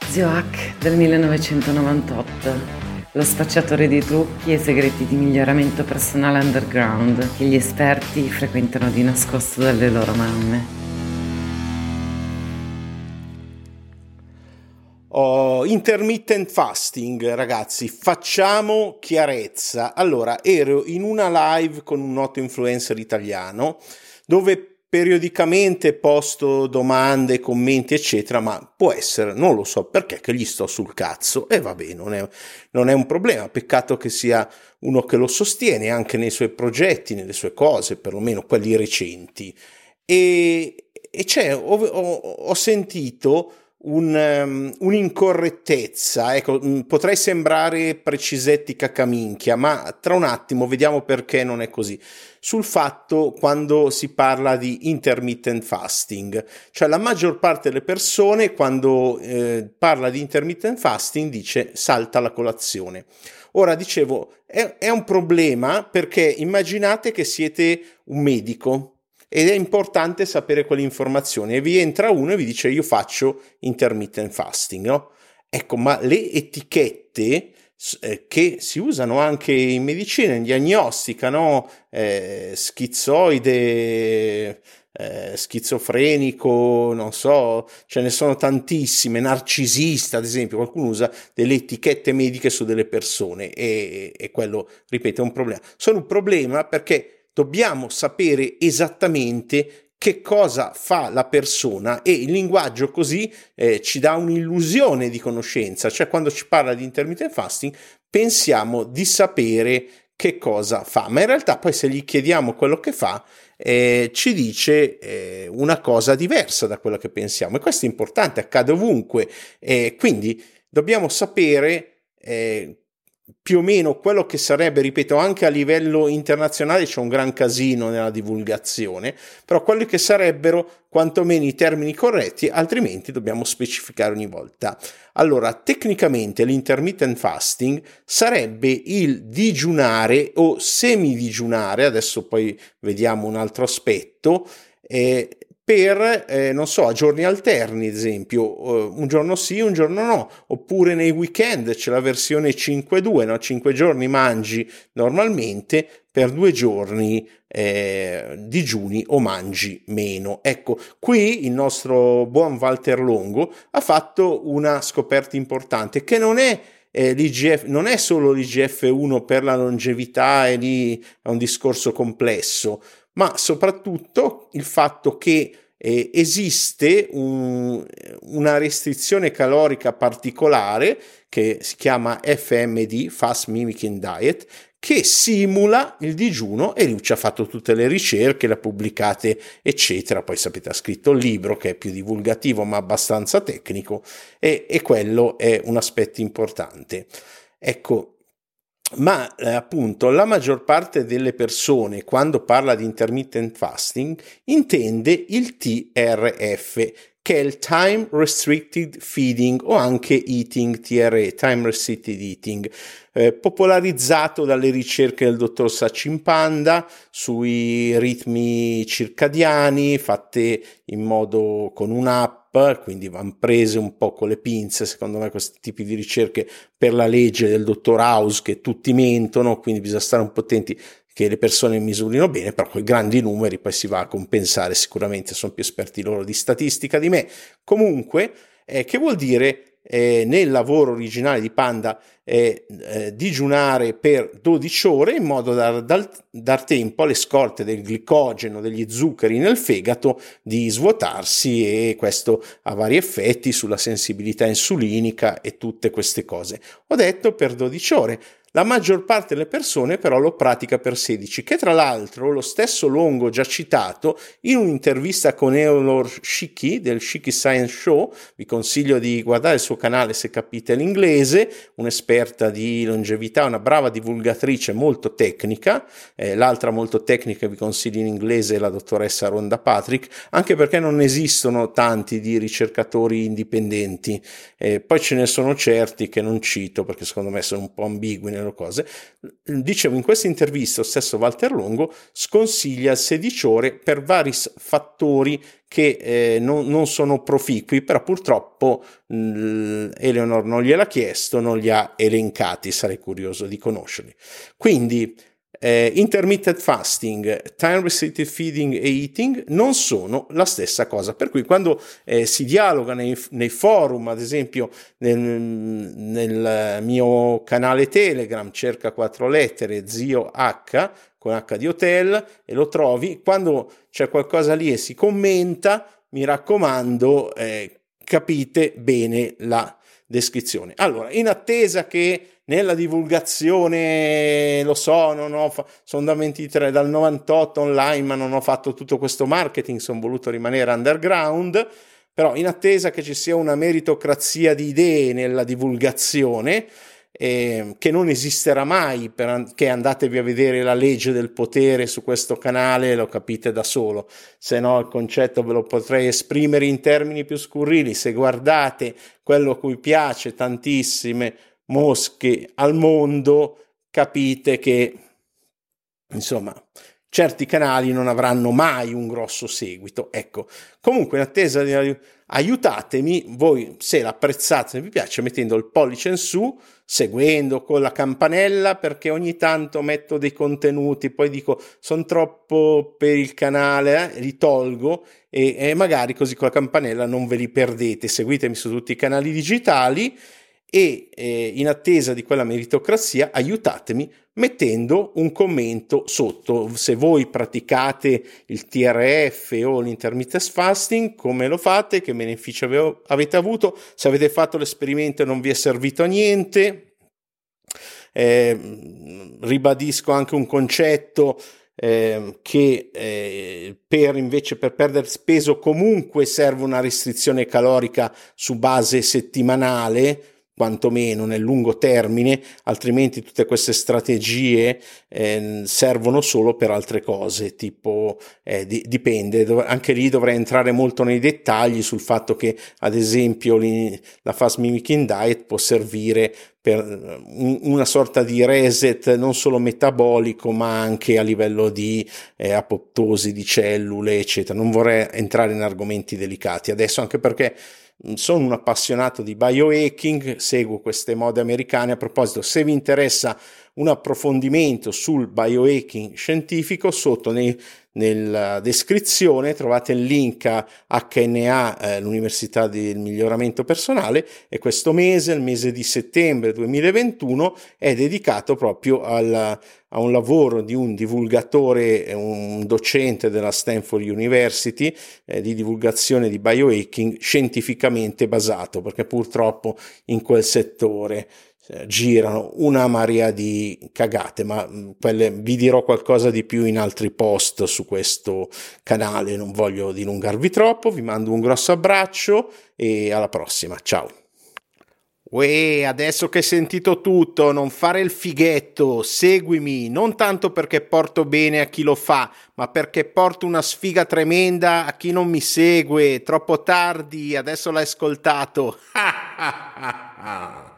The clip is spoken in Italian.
Zio Hack del 1998, lo spacciatore di trucchi e segreti di miglioramento personale underground che gli esperti frequentano di nascosto dalle loro mamme. Intermittent fasting, ragazzi, facciamo chiarezza. Allora, ero in una live con un noto influencer italiano dove periodicamente posto domande, commenti, eccetera, ma può essere, non lo so perché, che gli sto sul cazzo e vabbè, non è un problema. Peccato che sia uno che lo sostiene anche nei suoi progetti, nelle sue cose, perlomeno quelli recenti. E ho sentito un'incorrettezza, ecco, potrei sembrare Precisetti cacaminchia, ma tra un attimo vediamo perché non è così. Sul fatto, quando si parla di intermittent fasting, cioè la maggior parte delle persone quando parla di intermittent fasting dice salta la colazione. Ora, dicevo, è un problema perché immaginate che siete un medico ed è importante sapere quelle informazioni e vi entra uno e vi dice io faccio intermittent fasting, no? Ecco, ma le etichette che si usano anche in medicina, in diagnostica, no? Schizoide, schizofrenico, non so, ce ne sono tantissime, narcisista ad esempio, qualcuno usa delle etichette mediche su delle persone e quello, ripeto, è un problema. Sono un problema perché dobbiamo sapere esattamente che cosa fa la persona e il linguaggio così ci dà un'illusione di conoscenza, cioè quando ci parla di intermittent fasting pensiamo di sapere che cosa fa, ma in realtà poi se gli chiediamo quello che fa ci dice una cosa diversa da quello che pensiamo e questo è importante, accade ovunque, quindi dobbiamo sapere più o meno quello che sarebbe, ripeto, anche a livello internazionale c'è un gran casino nella divulgazione, però quelli che sarebbero quantomeno i termini corretti, altrimenti dobbiamo specificare ogni volta. Allora, tecnicamente l'intermittent fasting sarebbe il digiunare o semidigiunare, adesso poi vediamo un altro aspetto, per, non so, a giorni alterni, ad esempio, un giorno sì, un giorno no, oppure nei weekend c'è la versione 5-2, no? 5 giorni mangi normalmente, per 2 giorni digiuni o mangi meno. Ecco, qui il nostro buon Walter Longo ha fatto una scoperta importante che non è l'IGF, non è solo l'IGF-1 per la longevità e lì è un discorso complesso, ma soprattutto il fatto che esiste una restrizione calorica particolare che si chiama FMD, Fast Mimicking Diet, che simula il digiuno e lui ci ha fatto tutte le ricerche, le ha pubblicate, eccetera. Poi sapete, ha scritto il libro che è più divulgativo ma abbastanza tecnico e quello è un aspetto importante. Ecco, ma appunto la maggior parte delle persone quando parla di intermittent fasting intende il TRF, che è il Time Restricted Feeding o anche Eating TRE, Time Restricted Eating, popolarizzato dalle ricerche del dottor Sachin Panda sui ritmi circadiani fatte in modo con un'app, quindi vanno prese un po' con le pinze secondo me questi tipi di ricerche per la legge del dottor House che tutti mentono, quindi bisogna stare un po' attenti che le persone misurino bene, però con i grandi numeri poi si va a compensare, sicuramente sono più esperti loro di statistica di me. Comunque, che vuol dire nel lavoro originale di Panda digiunare per 12 ore in modo da dar tempo alle scorte del glicogeno, degli zuccheri nel fegato di svuotarsi e questo ha vari effetti sulla sensibilità insulinica e tutte queste cose. Ho detto per 12 ore. La maggior parte delle persone però lo pratica per 16, che tra l'altro lo stesso Longo già citato in un'intervista con Eolor Shiki del Shiki Science Show, vi consiglio di guardare il suo canale se capite l'inglese, un'esperta di longevità, una brava divulgatrice molto tecnica, l'altra molto tecnica vi consiglio in inglese è la dottoressa Rhonda Patrick, anche perché non esistono tanti di ricercatori indipendenti, poi ce ne sono certi che non cito perché secondo me sono un po' ambigui nelle loro cose. Dicevo, in questa intervista, lo stesso Walter Longo sconsiglia 16 ore per vari fattori che non sono proficui, però purtroppo Eleanor non gliel'ha chiesto, non li ha elencati, sarei curioso di conoscerli. Quindi intermittent fasting, time restricted feeding e eating non sono la stessa cosa, per cui quando si dialoga nei forum, ad esempio nel mio canale Telegram, cerca 4 lettere Zio H con H di hotel e lo trovi, quando c'è qualcosa lì e si commenta, mi raccomando, capite bene la descrizione. Allora, in attesa che nella divulgazione, lo so, sono da 23, dal 98 online, ma non ho fatto tutto questo marketing, sono voluto rimanere underground, però in attesa che ci sia una meritocrazia di idee nella divulgazione, che non esisterà mai, che andatevi a vedere la legge del potere su questo canale, lo capite da solo, se no il concetto ve lo potrei esprimere in termini più scurrili. Se guardate quello a cui piace tantissime mosche al mondo, capite che insomma certi canali non avranno mai un grosso seguito. Ecco, comunque in attesa di aiutatemi voi, se l'apprezzate, se vi piace, mettendo il pollice in su, seguendo con la campanella, perché ogni tanto metto dei contenuti, poi dico sono troppo per il canale, li tolgo e magari così con la campanella non ve li perdete. Seguitemi su tutti i canali digitali e in attesa di quella meritocrazia aiutatemi mettendo un commento sotto. Se voi praticate il TRF o l'intermittent fasting, come lo fate, che benefici avete avuto, se avete fatto l'esperimento e non vi è servito a niente. Ribadisco anche un concetto che per perdere peso comunque serve una restrizione calorica su base settimanale, quantomeno nel lungo termine, altrimenti tutte queste strategie servono solo per altre cose, tipo dipende, anche lì dovrei entrare molto nei dettagli sul fatto che ad esempio la fast mimicking diet può servire per una sorta di reset non solo metabolico ma anche a livello di apoptosi di cellule eccetera. Non vorrei entrare in argomenti delicati adesso, anche perché sono un appassionato di biohacking, seguo queste mode americane. A proposito, se vi interessa un approfondimento sul biohacking scientifico, sotto nella descrizione trovate il link a HNA, l'Università del Miglioramento Personale, e questo mese, il mese di settembre 2021, è dedicato proprio a un lavoro di un divulgatore, un docente della Stanford University, di divulgazione di biohacking scientificamente basato, perché purtroppo in quel settore girano una marea di cagate, ma vi dirò qualcosa di più in altri post su questo canale, non voglio dilungarvi troppo, vi mando un grosso abbraccio e alla prossima, ciao. Uè, adesso che hai sentito tutto, non fare il fighetto, seguimi, non tanto perché porto bene a chi lo fa, ma perché porto una sfiga tremenda a chi non mi segue. Troppo tardi, adesso l'hai ascoltato.